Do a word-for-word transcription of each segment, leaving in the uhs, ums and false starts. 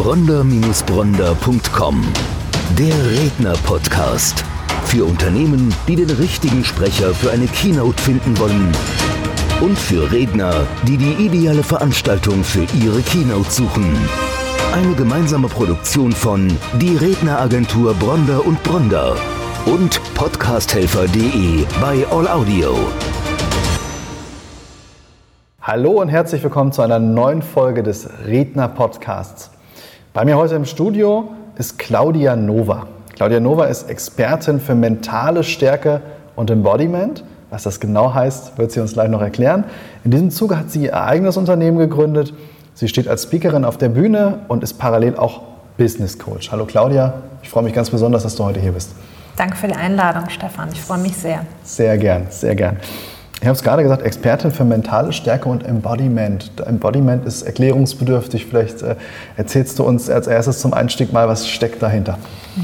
bronder Bindestrich bronder Punkt com. Der Redner-Podcast. Für Unternehmen, die den richtigen Sprecher für eine Keynote finden wollen. Und für Redner, die die ideale Veranstaltung für ihre Keynote suchen. Eine gemeinsame Produktion von die Redneragentur Bronder und Bronder und podcasthelfer punkt de bei All Audio. Hallo und herzlich willkommen zu einer neuen Folge des Redner-Podcasts. Bei mir heute im Studio ist Claudia Nova. Claudia Nova ist Expertin für mentale Stärke und Embodiment. Was das genau heißt, wird sie uns gleich noch erklären. In diesem Zuge hat sie ihr eigenes Unternehmen gegründet. Sie steht als Speakerin auf der Bühne und ist parallel auch Business Coach. Hallo Claudia, ich freue mich ganz besonders, dass du heute hier bist. Danke für die Einladung, Stefan. Ich freue mich sehr. Sehr gern, sehr gern. Ich habe es gerade gesagt, Expertin für mentale Stärke und Embodiment. Embodiment ist erklärungsbedürftig. Vielleicht äh, erzählst du uns als erstes zum Einstieg mal, was steckt dahinter?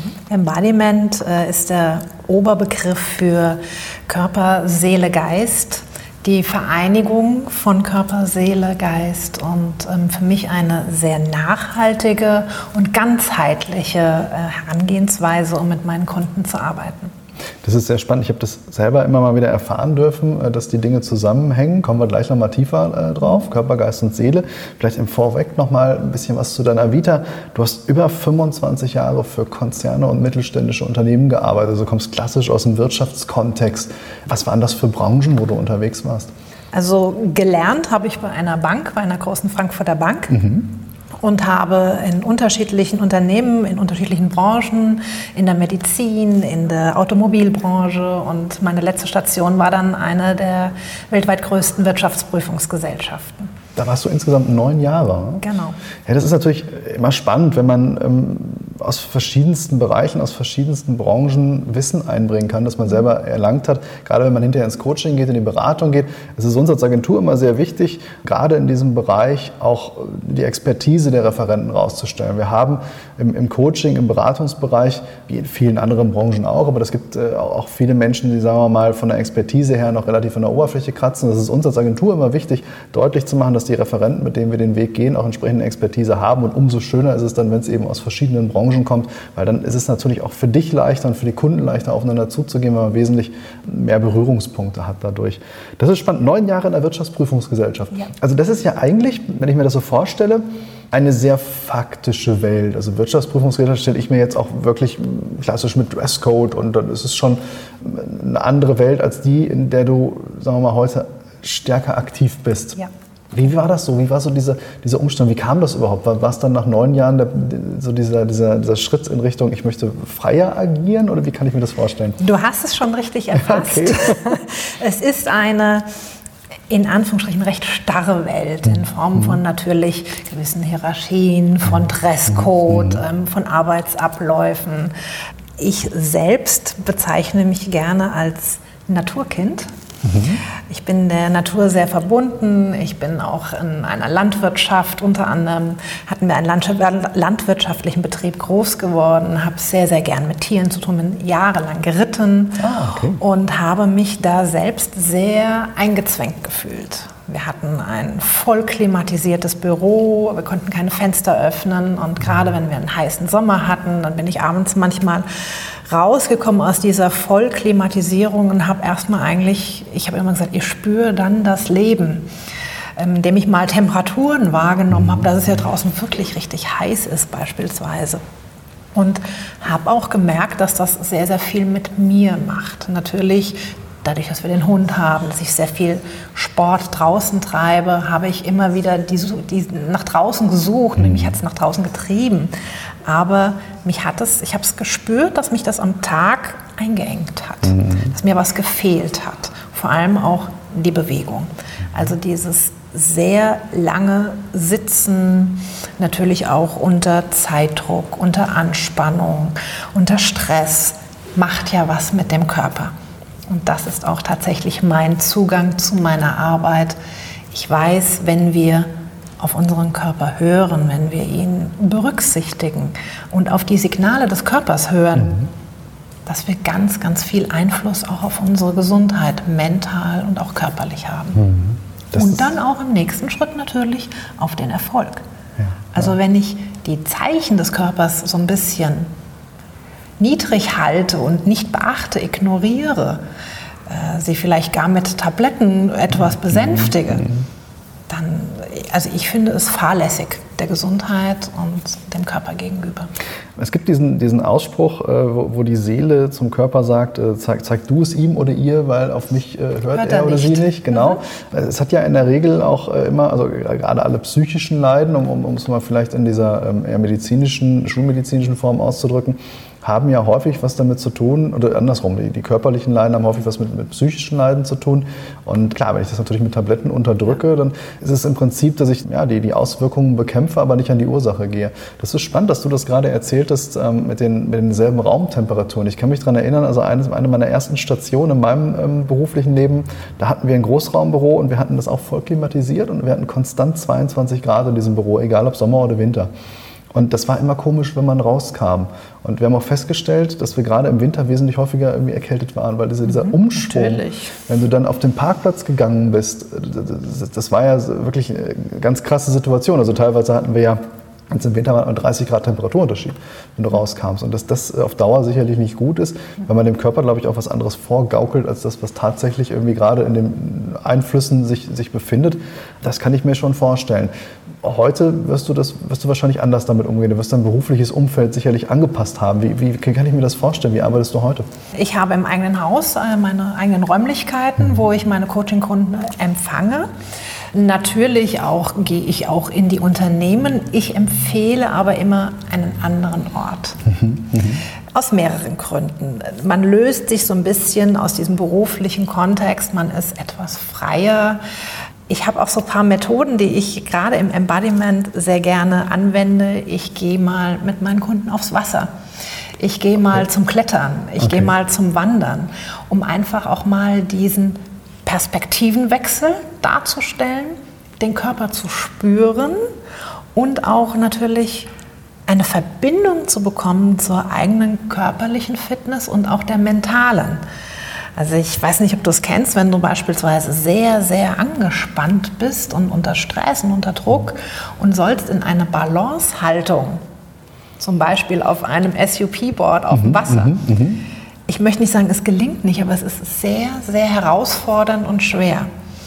Embodiment äh, ist der Oberbegriff für Körper, Seele, Geist. Die Vereinigung von Körper, Seele, Geist und ähm, für mich eine sehr nachhaltige und ganzheitliche äh, Herangehensweise, um mit meinen Kunden zu arbeiten. Das ist sehr spannend. Ich habe das selber immer mal wieder erfahren dürfen, dass die Dinge zusammenhängen. Kommen wir gleich noch mal tiefer äh, drauf. Körper, Geist und Seele. Vielleicht im Vorweg noch mal ein bisschen was zu deiner Vita. Du hast über fünfundzwanzig Jahre für Konzerne und mittelständische Unternehmen gearbeitet. Also du kommst klassisch aus dem Wirtschaftskontext. Was waren das für Branchen, wo du unterwegs warst? Also gelernt habe ich bei einer Bank, bei einer großen Frankfurter Bank. Mhm. Und habe in unterschiedlichen Unternehmen, in unterschiedlichen Branchen, in der Medizin, in der Automobilbranche und meine letzte Station war dann eine der weltweit größten Wirtschaftsprüfungsgesellschaften. Da warst du insgesamt neun Jahre. Genau. Ja, das ist natürlich immer spannend, wenn man ähm, aus verschiedensten Bereichen, aus verschiedensten Branchen Wissen einbringen kann, das man selber erlangt hat. Gerade wenn man hinterher ins Coaching geht, in die Beratung geht. Es ist uns als Agentur immer sehr wichtig, gerade in diesem Bereich auch die Expertise der Referenten rauszustellen. Wir haben im, im Coaching, im Beratungsbereich, wie in vielen anderen Branchen auch, aber es gibt äh, auch viele Menschen, die, sagen wir mal, von der Expertise her noch relativ an der Oberfläche kratzen. Das ist uns als Agentur immer wichtig, deutlich zu machen, dass die Referenten, mit denen wir den Weg gehen, auch entsprechende Expertise haben. Und umso schöner ist es dann, wenn es eben aus verschiedenen Branchen kommt, weil dann ist es natürlich auch für dich leichter und für die Kunden leichter, aufeinander zuzugehen, weil man wesentlich mehr Berührungspunkte hat dadurch. Das ist spannend. Neun Jahre in der Wirtschaftsprüfungsgesellschaft. Ja. Also das ist ja eigentlich, wenn ich mir das so vorstelle, eine sehr faktische Welt. Also Wirtschaftsprüfungsgesellschaft stelle ich mir jetzt auch wirklich klassisch mit Dresscode und dann ist es schon eine andere Welt als die, in der du, sagen wir mal, heute stärker aktiv bist. Ja. Wie war das so? Wie war so diese, dieser Umstand? Wie kam das überhaupt? War, war es dann nach neun Jahren der, so dieser, dieser, dieser Schritt in Richtung, ich möchte freier agieren oder wie kann ich mir das vorstellen? Du hast es schon richtig erfasst. Okay. Es ist eine in Anführungsstrichen recht starre Welt in Form von natürlich gewissen Hierarchien, von Dresscode, mhm. von Arbeitsabläufen. Ich selbst bezeichne mich gerne als Naturkind. Mhm. Ich bin der Natur sehr verbunden. Ich bin auch in einer Landwirtschaft, unter anderem hatten wir einen landwirtschaftlichen Betrieb groß geworden, habe sehr, sehr gern mit Tieren zu tun, bin jahrelang geritten ah, okay. und habe mich da selbst sehr eingezwängt gefühlt. Wir hatten ein voll klimatisiertes Büro, wir konnten keine Fenster öffnen und gerade wenn wir einen heißen Sommer hatten, dann bin ich abends manchmal rausgekommen aus dieser Vollklimatisierung und habe erstmal eigentlich, ich habe immer gesagt, ich spüre dann das Leben, indem ich mal Temperaturen wahrgenommen habe, dass es ja draußen wirklich richtig heiß ist beispielsweise. Und habe auch gemerkt, dass das sehr, sehr viel mit mir macht. Natürlich dadurch, dass wir den Hund haben, dass ich sehr viel Sport draußen treibe, habe ich immer wieder die, die nach draußen gesucht. Mhm. Mich hat es nach draußen getrieben. Aber mich hat es, ich habe es gespürt, dass mich das am Tag eingeengt hat, mhm. dass mir was gefehlt hat. Vor allem auch die Bewegung. Also dieses sehr lange Sitzen, natürlich auch unter Zeitdruck, unter Anspannung, unter Stress, macht ja was mit dem Körper. Und das ist auch tatsächlich mein Zugang zu meiner Arbeit. Ich weiß, wenn wir auf unseren Körper hören, wenn wir ihn berücksichtigen und auf die Signale des Körpers hören, mhm. dass wir ganz, ganz viel Einfluss auch auf unsere Gesundheit mental und auch körperlich haben. Mhm. Und dann auch im nächsten Schritt natürlich auf den Erfolg. Ja, also ja. wenn ich die Zeichen des Körpers so ein bisschen niedrig halte und nicht beachte, ignoriere, äh, sie vielleicht gar mit Tabletten etwas besänftige, dann, also ich finde es fahrlässig der Gesundheit und dem Körper gegenüber. Es gibt diesen, diesen Ausspruch, äh, wo, wo die Seele zum Körper sagt, äh, zeig, zeig du es ihm oder ihr, weil auf mich äh, hört, hört er, er oder nicht. sie nicht. Genau. Mhm. Es hat ja in der Regel auch äh, immer, also gerade alle psychischen Leiden, um, um, um es mal vielleicht in dieser ähm, eher medizinischen, schulmedizinischen Form auszudrücken, haben ja häufig was damit zu tun, oder andersrum, die, die körperlichen Leiden haben häufig was mit, mit psychischen Leiden zu tun. Und klar, wenn ich das natürlich mit Tabletten unterdrücke, dann ist es im Prinzip, dass ich ja, die, die Auswirkungen bekämpfe, aber nicht an die Ursache gehe. Das ist spannend, dass du das gerade erzählt hast ähm, mit, den, mit denselben Raumtemperaturen. Ich kann mich daran erinnern, also eine, eine meiner ersten Stationen in meinem ähm, beruflichen Leben, da hatten wir ein Großraumbüro und wir hatten das auch voll klimatisiert und wir hatten konstant zweiundzwanzig Grad in diesem Büro, egal ob Sommer oder Winter. Und das war immer komisch, wenn man rauskam. Und wir haben auch festgestellt, dass wir gerade im Winter wesentlich häufiger irgendwie erkältet waren, weil dieser, dieser Umschwung, Natürlich. wenn du dann auf den Parkplatz gegangen bist, das, das war ja wirklich eine ganz krasse Situation. Also teilweise hatten wir ja jetzt im Winter mal einen dreißig Grad Temperaturunterschied, wenn du rauskamst. Und dass das auf Dauer sicherlich nicht gut ist, weil man dem Körper, glaube ich, auch was anderes vorgaukelt, als das, was tatsächlich irgendwie gerade in den Einflüssen sich, sich befindet. Das kann ich mir schon vorstellen. Heute wirst du, das, wirst du wahrscheinlich anders damit umgehen. Du wirst dein berufliches Umfeld sicherlich angepasst haben. Wie, wie kann ich mir das vorstellen? Wie arbeitest du heute? Ich habe im eigenen Haus meine eigenen Räumlichkeiten, wo ich meine Coaching-Kunden empfange. Natürlich auch, gehe ich auch in die Unternehmen. Ich empfehle aber immer einen anderen Ort. Mhm, aus mehreren Gründen. Man löst sich so ein bisschen aus diesem beruflichen Kontext. Man ist etwas freier. Ich habe auch so ein paar Methoden, die ich gerade im Embodiment sehr gerne anwende. Ich gehe mal mit meinen Kunden aufs Wasser. Ich gehe mal okay. zum Klettern. Ich okay. gehe mal zum Wandern, um einfach auch mal diesen Perspektivenwechsel darzustellen, den Körper zu spüren und auch natürlich eine Verbindung zu bekommen zur eigenen körperlichen Fitness und auch der mentalen. Also ich weiß nicht, ob du es kennst, wenn du beispielsweise sehr, sehr angespannt bist und unter Stress und unter Druck und sollst in eine Balancehaltung, zum Beispiel auf einem S U P-Board auf dem mhm, Wasser. Mhm, mhm. Ich möchte nicht sagen, es gelingt nicht, aber es ist sehr, sehr herausfordernd und schwer.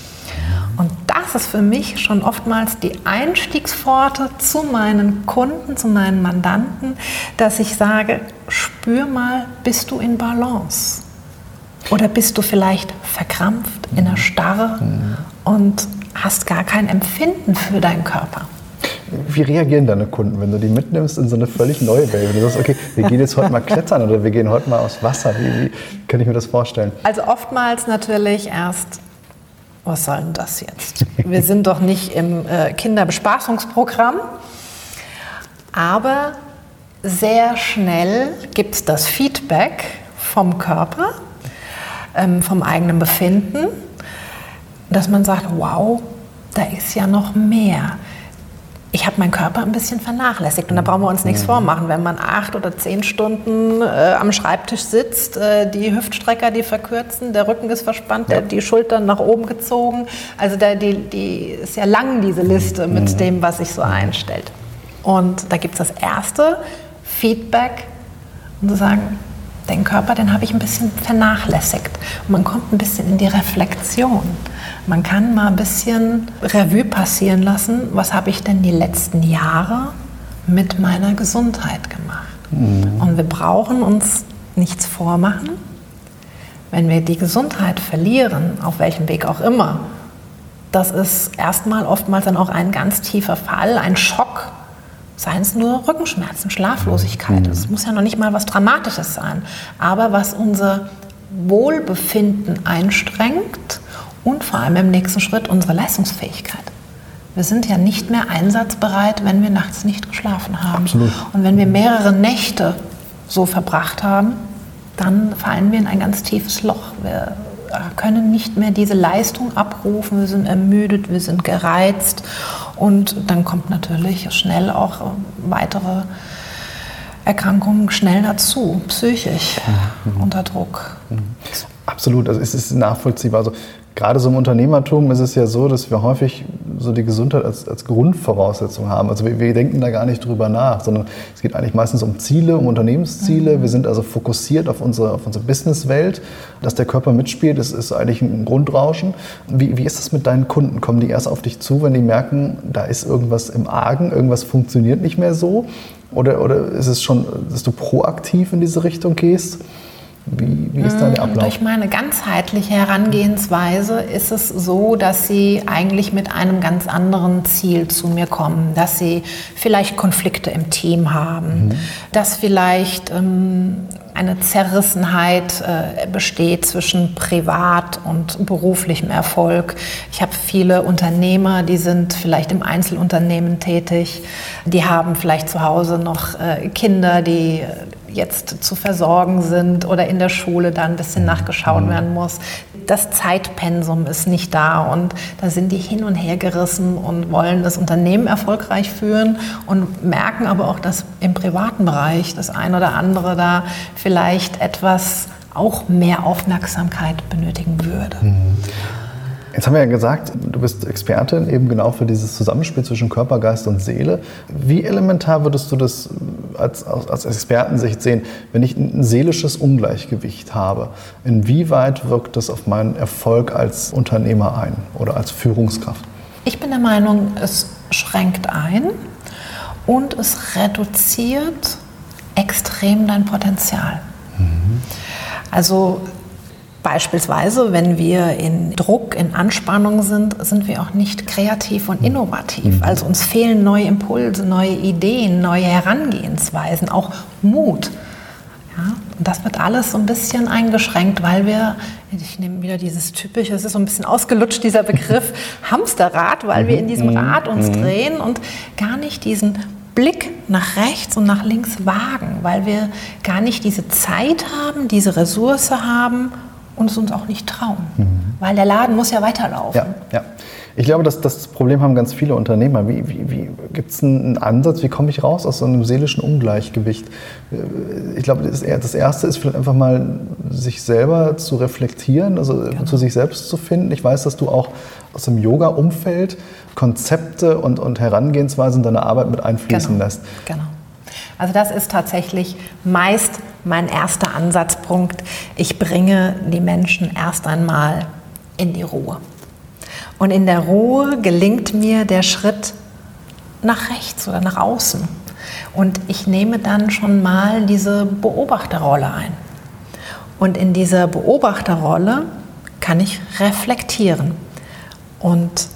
Und das ist für mich schon oftmals die Einstiegspforte zu meinen Kunden, zu meinen Mandanten, dass ich sage, spür mal, bist du in Balance? Oder bist du vielleicht verkrampft, in der Starre und hast gar kein Empfinden für deinen Körper? Wie reagieren deine Kunden, wenn du die mitnimmst in so eine völlig neue Welt? Wenn du sagst, okay, wir gehen jetzt heute mal klettern oder wir gehen heute mal aufs Wasser. Wie, wie kann ich mir das vorstellen? Also oftmals natürlich erst, was soll denn das jetzt? Wir sind doch nicht im äh, Kinderbespaßungsprogramm. Aber sehr schnell gibt es das Feedback vom Körper, ähm, vom eigenen Befinden, dass man sagt, wow, da ist ja noch mehr. Ich habe meinen Körper ein bisschen vernachlässigt und da brauchen wir uns nichts vormachen, wenn man acht oder zehn Stunden äh, am Schreibtisch sitzt, äh, die Hüftstrecker, die verkürzen, der Rücken ist verspannt, ja. der, die Schultern nach oben gezogen. Also der, die, die ist ja lang, diese Liste mit mhm. dem, was sich so einstellt. Und da gibt es das erste Feedback, um zu sagen, den Körper, den habe ich ein bisschen vernachlässigt. Und man kommt ein bisschen in die Reflexion. Man kann mal ein bisschen Revue passieren lassen, was habe ich denn die letzten Jahre mit meiner Gesundheit gemacht. Mhm. Und wir brauchen uns nichts vormachen. Wenn wir die Gesundheit verlieren, auf welchem Weg auch immer, das ist erstmal oftmals dann auch ein ganz tiefer Fall, ein Schock. Seien es nur Rückenschmerzen, Schlaflosigkeit. Es mhm. muss ja noch nicht mal was Dramatisches sein. Aber was unser Wohlbefinden einstrengt und vor allem im nächsten Schritt unsere Leistungsfähigkeit. Wir sind ja nicht mehr einsatzbereit, wenn wir nachts nicht geschlafen haben. Absolut. Und wenn wir mehrere Nächte so verbracht haben, dann fallen wir in ein ganz tiefes Loch. Wir können nicht mehr diese Leistung abrufen, wir sind ermüdet, wir sind gereizt und dann kommt natürlich schnell auch weitere Erkrankungen schnell dazu, psychisch mhm. unter Druck. Absolut, also es ist nachvollziehbar. Also Gerade so im Unternehmertum ist es ja so, dass wir häufig so die Gesundheit als, als Grundvoraussetzung haben. Also wir, wir denken da gar nicht drüber nach, sondern es geht eigentlich meistens um Ziele, um Unternehmensziele. Wir sind also fokussiert auf unsere, auf unsere Businesswelt. Dass der Körper mitspielt, ist, ist eigentlich ein Grundrauschen. Wie, wie ist das mit deinen Kunden? Kommen die erst auf dich zu, wenn die merken, da ist irgendwas im Argen, irgendwas funktioniert nicht mehr so? Oder, oder ist es schon, dass du proaktiv in diese Richtung gehst? Wie, wie ist da der Ablauf? Durch meine ganzheitliche Herangehensweise ist es so, dass sie eigentlich mit einem ganz anderen Ziel zu mir kommen. Dass sie vielleicht Konflikte im Team haben, mhm. dass vielleicht ähm, eine Zerrissenheit äh, besteht zwischen privat und beruflichem Erfolg. Ich habe viele Unternehmer, die sind vielleicht im Einzelunternehmen tätig. Die haben vielleicht zu Hause noch äh, Kinder, die jetzt zu versorgen sind oder in der Schule dann ein bisschen nachgeschaut werden muss. Das Zeitpensum ist nicht da und da sind die hin und her gerissen und wollen das Unternehmen erfolgreich führen und merken aber auch, dass im privaten Bereich das ein oder andere da vielleicht etwas auch mehr Aufmerksamkeit benötigen würde. Mhm. Jetzt haben wir ja gesagt, du bist Expertin eben genau für dieses Zusammenspiel zwischen Körper, Geist und Seele. Wie elementar würdest du das als, als Expertensicht sehen, wenn ich ein seelisches Ungleichgewicht habe? Inwieweit wirkt das auf meinen Erfolg als Unternehmer ein oder als Führungskraft? Ich bin der Meinung, es schränkt ein und es reduziert extrem dein Potenzial. Mhm. Also beispielsweise, wenn wir in Druck, in Anspannung sind, sind wir auch nicht kreativ und innovativ. Also uns fehlen neue Impulse, neue Ideen, neue Herangehensweisen, auch Mut. Ja, und das wird alles so ein bisschen eingeschränkt, weil wir, ich nehme wieder dieses typische, es ist so ein bisschen ausgelutscht, dieser Begriff Hamsterrad, weil wir in diesem Rad uns drehen und gar nicht diesen Blick nach rechts und nach links wagen, weil wir gar nicht diese Zeit haben, diese Ressource haben, und es uns auch nicht trauen, mhm. weil der Laden muss ja weiterlaufen. Ja, ja. Ich glaube, dass das Problem haben ganz viele Unternehmer. Wie, wie, wie gibt es einen Ansatz, wie komme ich raus aus so einem seelischen Ungleichgewicht? Ich glaube, das Erste ist vielleicht einfach mal, sich selber zu reflektieren, also genau. zu sich selbst zu finden. Ich weiß, dass du auch aus dem Yoga-Umfeld Konzepte und, und Herangehensweisen in deine Arbeit mit einfließen genau. lässt. Genau. Also das ist tatsächlich meist mein erster Ansatzpunkt. Ich bringe die Menschen erst einmal in die Ruhe. Und in der Ruhe gelingt mir der Schritt nach rechts oder nach außen. Und ich nehme dann schon mal diese Beobachterrolle ein. Und in dieser Beobachterrolle kann ich reflektieren. Und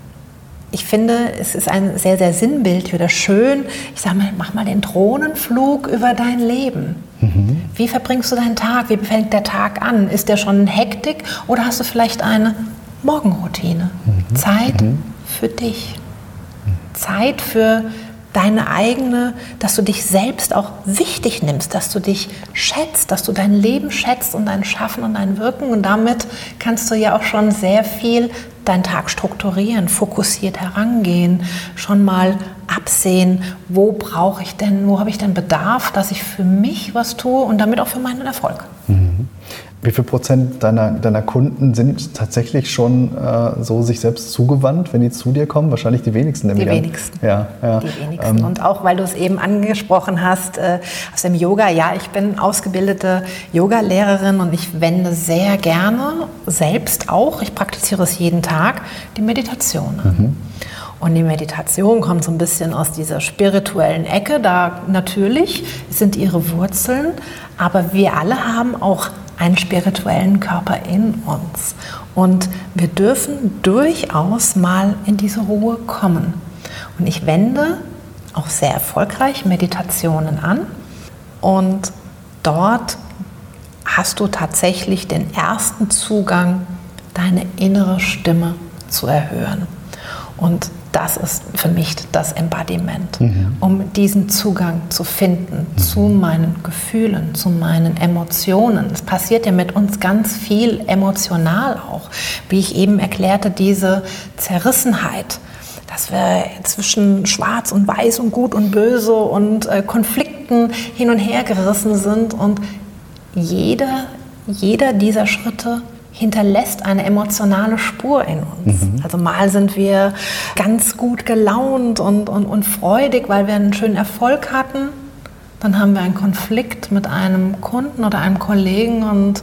ich finde, es ist ein sehr, sehr sinnbildlich oder schön. Ich sage mal, mach mal den Drohnenflug über dein Leben. Mhm. Wie verbringst du deinen Tag? Wie fängt der Tag an? Ist der schon in Hektik oder hast du vielleicht eine Morgenroutine? Mhm. Zeit mhm. für dich. Mhm. Zeit für deine eigene, dass du dich selbst auch wichtig nimmst, dass du dich schätzt, dass du dein Leben schätzt und dein Schaffen und dein Wirken. Und damit kannst du ja auch schon sehr viel deinen Tag strukturieren, fokussiert herangehen, schon mal absehen, wo brauche ich denn, wo habe ich denn Bedarf, dass ich für mich was tue und damit auch für meinen Erfolg. Mhm. Wie viel Prozent deiner, deiner Kunden sind tatsächlich schon äh, so sich selbst zugewandt, wenn die zu dir kommen? Wahrscheinlich die wenigsten. Die wenigsten. Ja, ja. Die wenigsten. Ähm. Und auch, weil du es eben angesprochen hast, äh, aus dem Yoga. Ja, ich bin ausgebildete Yoga-Lehrerin und ich wende sehr gerne, selbst auch, ich praktiziere es jeden Tag, die Meditation an. Mhm. Und die Meditation kommt so ein bisschen aus dieser spirituellen Ecke. Da natürlich sind ihre Wurzeln, aber wir alle haben auch einen spirituellen Körper in uns. Und wir dürfen durchaus mal in diese Ruhe kommen. Und ich wende auch sehr erfolgreich Meditationen an. Und dort hast du tatsächlich den ersten Zugang, deine innere Stimme zu erhören. Und das ist für mich das Embodiment, mhm. um diesen Zugang zu finden mhm. zu meinen Gefühlen, zu meinen Emotionen. Es passiert ja mit uns ganz viel emotional auch. Wie ich eben erklärte, diese Zerrissenheit, dass wir zwischen Schwarz und Weiß und Gut und Böse und äh, Konflikten hin und her gerissen sind. Und jeder, jeder dieser Schritte hinterlässt eine emotionale Spur in uns. Mhm. Also mal sind wir ganz gut gelaunt und, und, und freudig, weil wir einen schönen Erfolg hatten. Dann haben wir einen Konflikt mit einem Kunden oder einem Kollegen und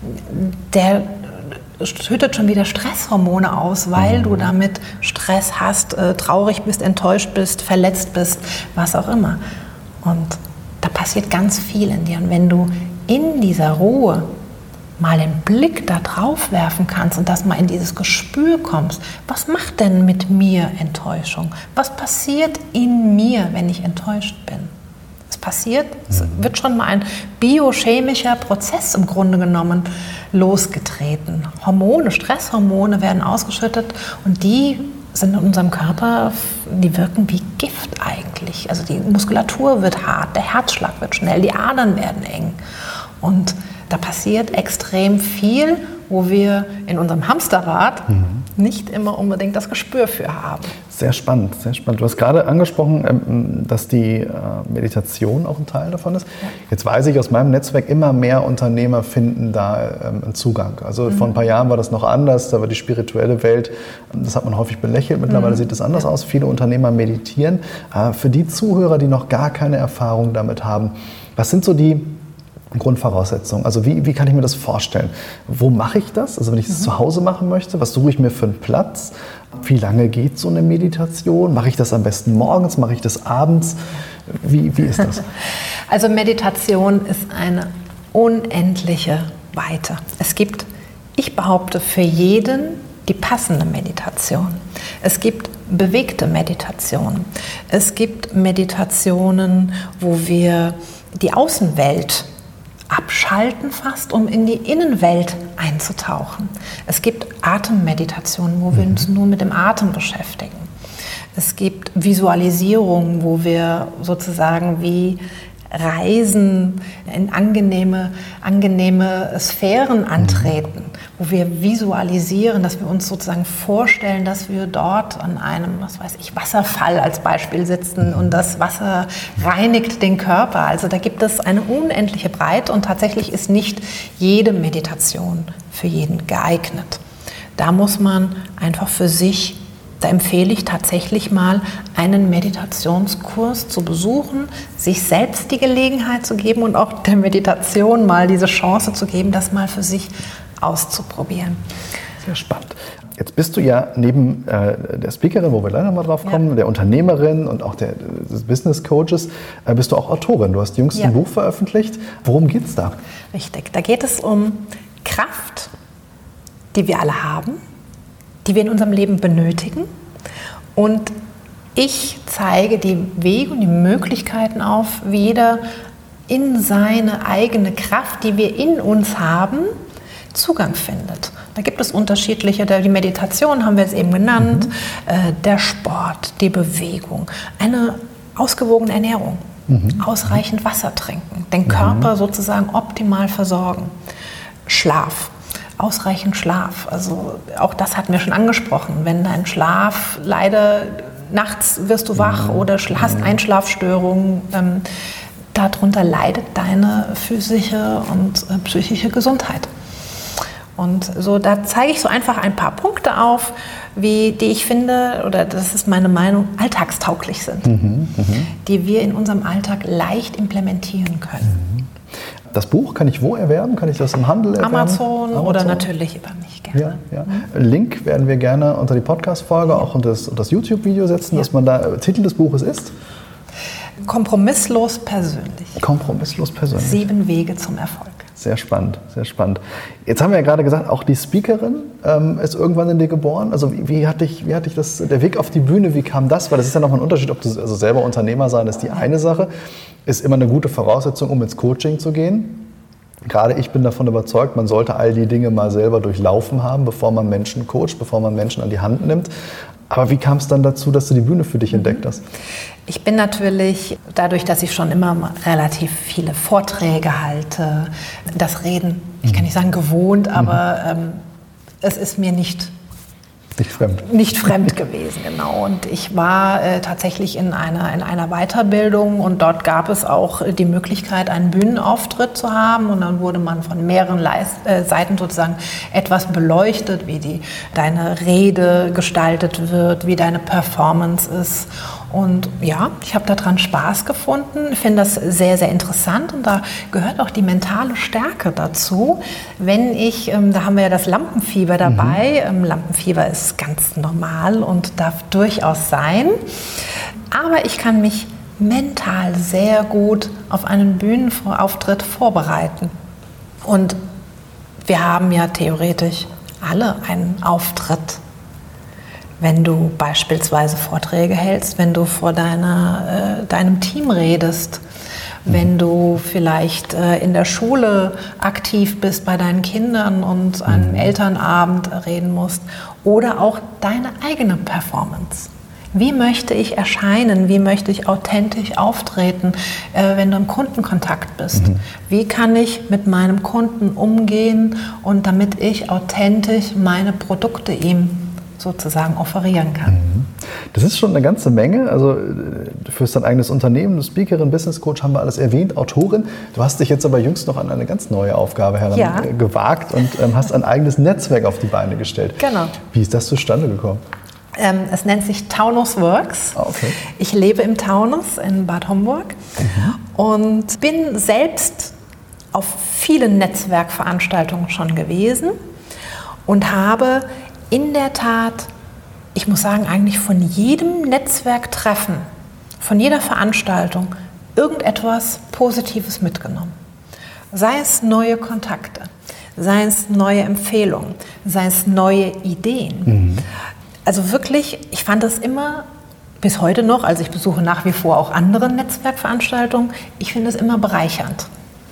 der schüttet schon wieder Stresshormone aus, weil mhm. du damit Stress hast, äh, traurig bist, enttäuscht bist, verletzt bist, was auch immer. Und da passiert ganz viel in dir. Und wenn du in dieser Ruhe mal den Blick da drauf werfen kannst und dass mal in dieses Gespür kommst, was macht denn mit mir Enttäuschung? Was passiert in mir, wenn ich enttäuscht bin? Es passiert, es wird schon mal ein biochemischer Prozess im Grunde genommen losgetreten. Hormone, Stresshormone werden ausgeschüttet und die sind in unserem Körper, die wirken wie Gift eigentlich. Also die Muskulatur wird hart, der Herzschlag wird schnell, die Adern werden eng. Und da passiert extrem viel, wo wir in unserem Hamsterrad mhm. nicht immer unbedingt das Gespür für haben. Sehr spannend, sehr spannend. Du hast gerade angesprochen, dass die Meditation auch ein Teil davon ist. Ja. Jetzt weiß ich aus meinem Netzwerk, immer mehr Unternehmer finden da einen Zugang. Also mhm. vor ein paar Jahren war das noch anders, da war die spirituelle Welt, das hat man häufig belächelt, mittlerweile mhm. sieht es anders ja. aus. Viele Unternehmer meditieren. Für die Zuhörer, die noch gar keine Erfahrung damit haben, was sind so die Grundvoraussetzungen? Also wie, wie kann ich mir das vorstellen? Wo mache ich das? Also wenn ich es mhm. zu Hause machen möchte, was suche ich mir für einen Platz? Wie lange geht so eine Meditation? Mache ich das am besten morgens? Mache ich das abends? Wie, wie ist das? Also Meditation ist eine unendliche Weite. Es gibt, ich behaupte, für jeden die passende Meditation. Es gibt bewegte Meditationen. Es gibt Meditationen, wo wir die Außenwelt abschalten fast, um in die Innenwelt einzutauchen. Es gibt Atemmeditationen, wo wir uns nur mit dem Atem beschäftigen. Es gibt Visualisierungen, wo wir sozusagen wie Reisen in angenehme, angenehme Sphären antreten, wo wir visualisieren, dass wir uns sozusagen vorstellen, dass wir dort an einem, was weiß ich, Wasserfall als Beispiel sitzen und das Wasser reinigt den Körper. Also da gibt es eine unendliche Breite und tatsächlich ist nicht jede Meditation für jeden geeignet. Da muss man einfach für sich, da empfehle ich tatsächlich mal, einen Meditationskurs zu besuchen, sich selbst die Gelegenheit zu geben und auch der Meditation mal diese Chance zu geben, das mal für sich auszuprobieren. Sehr spannend. Jetzt bist du ja neben äh, der Speakerin, wo wir gleich noch mal drauf kommen, ja. der Unternehmerin und auch der, des Business Coaches, äh, bist du auch Autorin. Du hast jüngst ja. ein Buch veröffentlicht. Worum geht es da? Richtig, da geht es um Kraft, die wir alle haben, die wir in unserem Leben benötigen. Und ich zeige die Wege und die Möglichkeiten auf, wie jeder in seine eigene Kraft, die wir in uns haben, Zugang findet. Da gibt es unterschiedliche, die Meditation haben wir es eben genannt, mhm. äh, der Sport, die Bewegung, eine ausgewogene Ernährung, mhm. ausreichend Wasser trinken, den Körper mhm. sozusagen optimal versorgen, Schlaf. Ausreichend Schlaf, also auch das hatten wir schon angesprochen. Wenn dein Schlaf, leider nachts wirst du wach oder hast Einschlafstörungen, ähm, darunter leidet deine physische und äh, psychische Gesundheit. Und so, da zeige ich so einfach ein paar Punkte auf, wie, die ich finde, oder das ist meine Meinung, alltagstauglich sind, mhm, die wir in unserem Alltag leicht implementieren können. Mhm. Das Buch kann ich wo erwerben? Kann ich das im Handel erwerben? Amazon, Amazon. Oder natürlich über mich gerne. Ja, ja. Mhm. Link werden wir gerne unter die Podcast-Folge, auch unter das, unter das YouTube-Video setzen, ja. dass man da, Titel des Buches ist? Kompromisslos persönlich. Kompromisslos persönlich. Sieben Wege zum Erfolg. Sehr spannend, sehr spannend. Jetzt haben wir ja gerade gesagt, auch die Speakerin ähm, ist irgendwann in dir geboren. Also wie, wie hat dich, wie hat dich das, der Weg auf die Bühne, wie kam das? Weil das ist ja nochmal ein Unterschied, ob du also selber Unternehmer sein, ist die eine Sache. Ist immer eine gute Voraussetzung, um ins Coaching zu gehen. Gerade ich bin davon überzeugt, man sollte all die Dinge mal selber durchlaufen haben, bevor man Menschen coacht, bevor man Menschen an die Hand nimmt. Aber wie kam es dann dazu, dass du die Bühne für dich entdeckt hast? Ich bin natürlich, dadurch, dass ich schon immer relativ viele Vorträge halte, das Reden, ich kann nicht sagen gewohnt, aber ähm, es ist mir nicht Nicht fremd. Nicht fremd gewesen, genau. Und ich war äh, tatsächlich in einer, in einer Weiterbildung und dort gab es auch die Möglichkeit, einen Bühnenauftritt zu haben. Und dann wurde man von mehreren Leist äh, Seiten sozusagen etwas beleuchtet, wie die, deine Rede gestaltet wird, wie deine Performance ist. Und ja, ich habe daran Spaß gefunden, finde das sehr, sehr interessant und da gehört auch die mentale Stärke dazu. Wenn ich, ähm, da haben wir ja das Lampenfieber dabei, mhm. ähm, Lampenfieber ist ganz normal und darf durchaus sein, aber ich kann mich mental sehr gut auf einen Bühnenauftritt vorbereiten. Und wir haben ja theoretisch alle einen Auftritt. Wenn du beispielsweise Vorträge hältst, wenn du vor deiner, äh, deinem Team redest, wenn du vielleicht äh, in der Schule aktiv bist bei deinen Kindern und an einem Elternabend reden musst oder auch deine eigene Performance. Wie möchte ich erscheinen? Wie möchte ich authentisch auftreten, äh, wenn du im Kundenkontakt bist? Mhm. Wie kann ich mit meinem Kunden umgehen und damit ich authentisch meine Produkte ihm sozusagen offerieren kann. Das ist schon eine ganze Menge. Also du führst dein eigenes Unternehmen, du Speakerin, Business Coach, haben wir alles erwähnt, Autorin. Du hast dich jetzt aber jüngst noch an eine ganz neue Aufgabe heran ja. gewagt und ähm, hast ein eigenes Netzwerk auf die Beine gestellt. Genau. Wie ist das zustande gekommen? Ähm, es nennt sich Taunus Works. Ah, okay. Ich lebe im Taunus in Bad Homburg mhm. und bin selbst auf vielen Netzwerkveranstaltungen schon gewesen und habe in der Tat, ich muss sagen, eigentlich von jedem Netzwerktreffen, von jeder Veranstaltung irgendetwas Positives mitgenommen. Sei es neue Kontakte, sei es neue Empfehlungen, sei es neue Ideen. Mhm. Also wirklich, ich fand das immer bis heute noch, also ich besuche nach wie vor auch andere Netzwerkveranstaltungen, ich finde es immer bereichernd.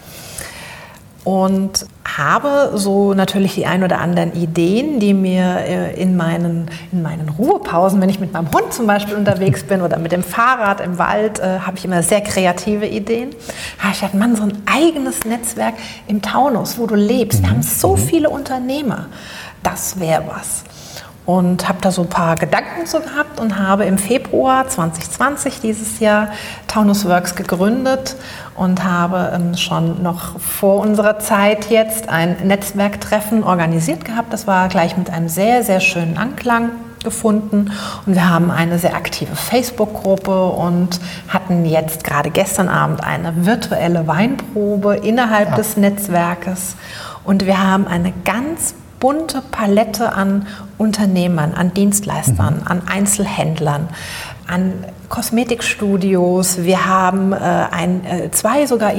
Und habe so natürlich die ein oder anderen Ideen, die mir in meinen, in meinen Ruhepausen, wenn ich mit meinem Hund zum Beispiel unterwegs bin oder mit dem Fahrrad im Wald, äh, habe ich immer sehr kreative Ideen. Da ich dachte, Mann, so ein eigenes Netzwerk im Taunus, wo du lebst. Wir haben so viele Unternehmer. Das wäre was. Und habe da so ein paar Gedanken so gehabt und habe im Februar zwanzig zwanzig dieses Jahr Taunus Works gegründet und habe ähm, schon noch vor unserer Zeit jetzt ein Netzwerktreffen organisiert gehabt. Das war gleich mit einem sehr, sehr schönen Anklang gefunden und wir haben eine sehr aktive Facebook-Gruppe und hatten jetzt gerade gestern Abend eine virtuelle Weinprobe innerhalb ja. des Netzwerkes und wir haben eine ganz bunte Palette an Unternehmern, an Dienstleistern, mhm. an Einzelhändlern, an Kosmetikstudios. Wir haben äh, ein, äh, zwei sogar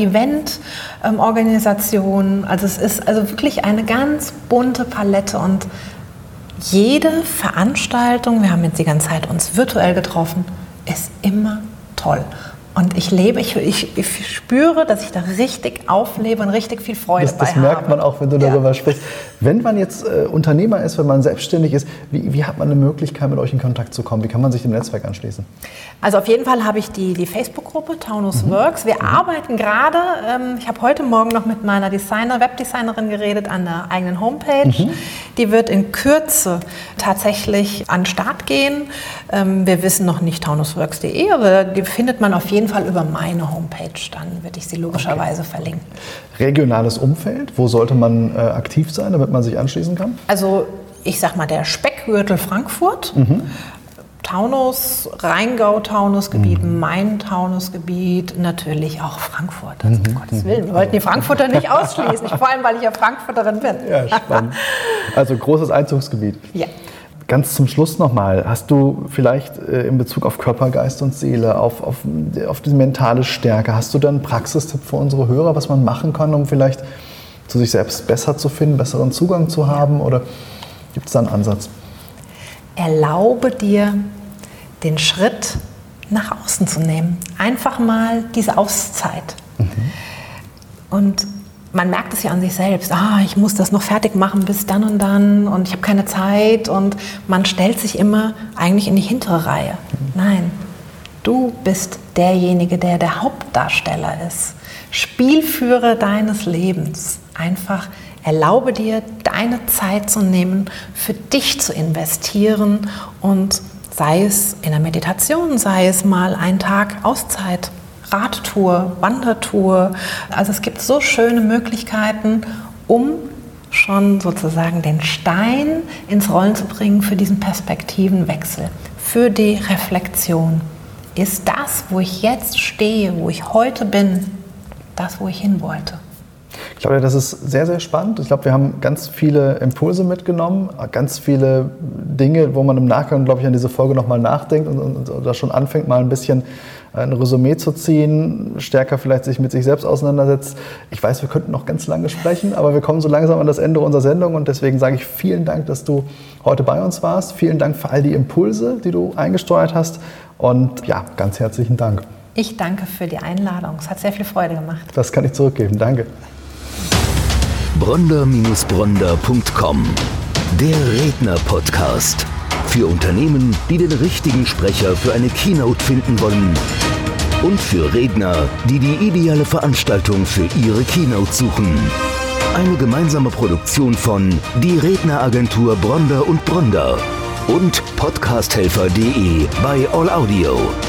Eventorganisationen. Ähm, also es ist also wirklich eine ganz bunte Palette und jede Veranstaltung, wir haben jetzt die ganze Zeit uns virtuell getroffen, ist immer toll. Und ich lebe, ich, ich, ich spüre, dass ich da richtig auflebe und richtig viel Freude das, bei das habe. Das merkt man auch, wenn du darüber ja. sprichst. Wenn man jetzt äh, Unternehmer ist, wenn man selbstständig ist, wie, wie hat man eine Möglichkeit, mit euch in Kontakt zu kommen? Wie kann man sich dem Netzwerk anschließen? Also auf jeden Fall habe ich die, die Facebook-Gruppe Taunus mhm. Works. Wir mhm. arbeiten gerade, ähm, ich habe heute Morgen noch mit meiner Designer, Webdesignerin geredet, an der eigenen Homepage. Mhm. Die wird in Kürze tatsächlich an den Start gehen. Ähm, wir wissen noch nicht taunusworks punkt de, aber die findet man auf jeden Fall über meine Homepage. Dann würde ich sie logischerweise okay. verlinken. Regionales Umfeld, wo sollte man äh, aktiv sein, damit man sich anschließen kann? Also ich sag mal der Speckgürtel Frankfurt, mhm. Taunus, Rheingau-Taunusgebiet, mhm. Main-Taunusgebiet, natürlich auch Frankfurt. Also, um mhm. Gottes Willen, wir wollten die Frankfurter nicht ausschließen, ich, vor allem weil ich ja Frankfurterin bin. Ja, spannend. Also großes Einzugsgebiet. Ja. Ganz zum Schluss nochmal, hast du vielleicht äh, in Bezug auf Körper, Geist und Seele, auf, auf, auf die mentale Stärke, hast du da einen Praxistipp für unsere Hörer, was man machen kann, um vielleicht zu sich selbst besser zu finden, besseren Zugang zu haben? Oder gibt es da einen Ansatz? Erlaube dir, den Schritt nach außen zu nehmen. Einfach mal diese Auszeit. Mhm. Und man merkt es ja an sich selbst, ah, ich muss das noch fertig machen bis dann und dann und ich habe keine Zeit und man stellt sich immer eigentlich in die hintere Reihe. Nein, du bist derjenige, der der Hauptdarsteller ist. Spielführer deines Lebens. Einfach erlaube dir, deine Zeit zu nehmen, für dich zu investieren und sei es in der Meditation, sei es mal ein Tag Auszeit, Radtour, Wandertour. Also es gibt so schöne Möglichkeiten, um schon sozusagen den Stein ins Rollen zu bringen für diesen Perspektivenwechsel, für die Reflexion. Ist das, wo ich jetzt stehe, wo ich heute bin, das, wo ich hin wollte? Ich glaube, das ist sehr, sehr spannend. Ich glaube, wir haben ganz viele Impulse mitgenommen, ganz viele Dinge, wo man im Nachgang, glaube ich, an diese Folge nochmal nachdenkt und, und, und da schon anfängt, mal ein bisschen ein Resümee zu ziehen, stärker vielleicht sich mit sich selbst auseinandersetzt. Ich weiß, wir könnten noch ganz lange sprechen, aber wir kommen so langsam an das Ende unserer Sendung und deswegen sage ich vielen Dank, dass du heute bei uns warst. Vielen Dank für all die Impulse, die du eingesteuert hast und ja, ganz herzlichen Dank. Ich danke für die Einladung. Es hat sehr viel Freude gemacht. Das kann ich zurückgeben. Danke. Bronder Bindestrich Bronder Punkt com, der Redner-Podcast. Für Unternehmen, die den richtigen Sprecher für eine Keynote finden wollen. Und für Redner, die die ideale Veranstaltung für ihre Keynote suchen. Eine gemeinsame Produktion von die Redneragentur Bronder und Bronder und Podcasthelfer punkt de bei All Audio.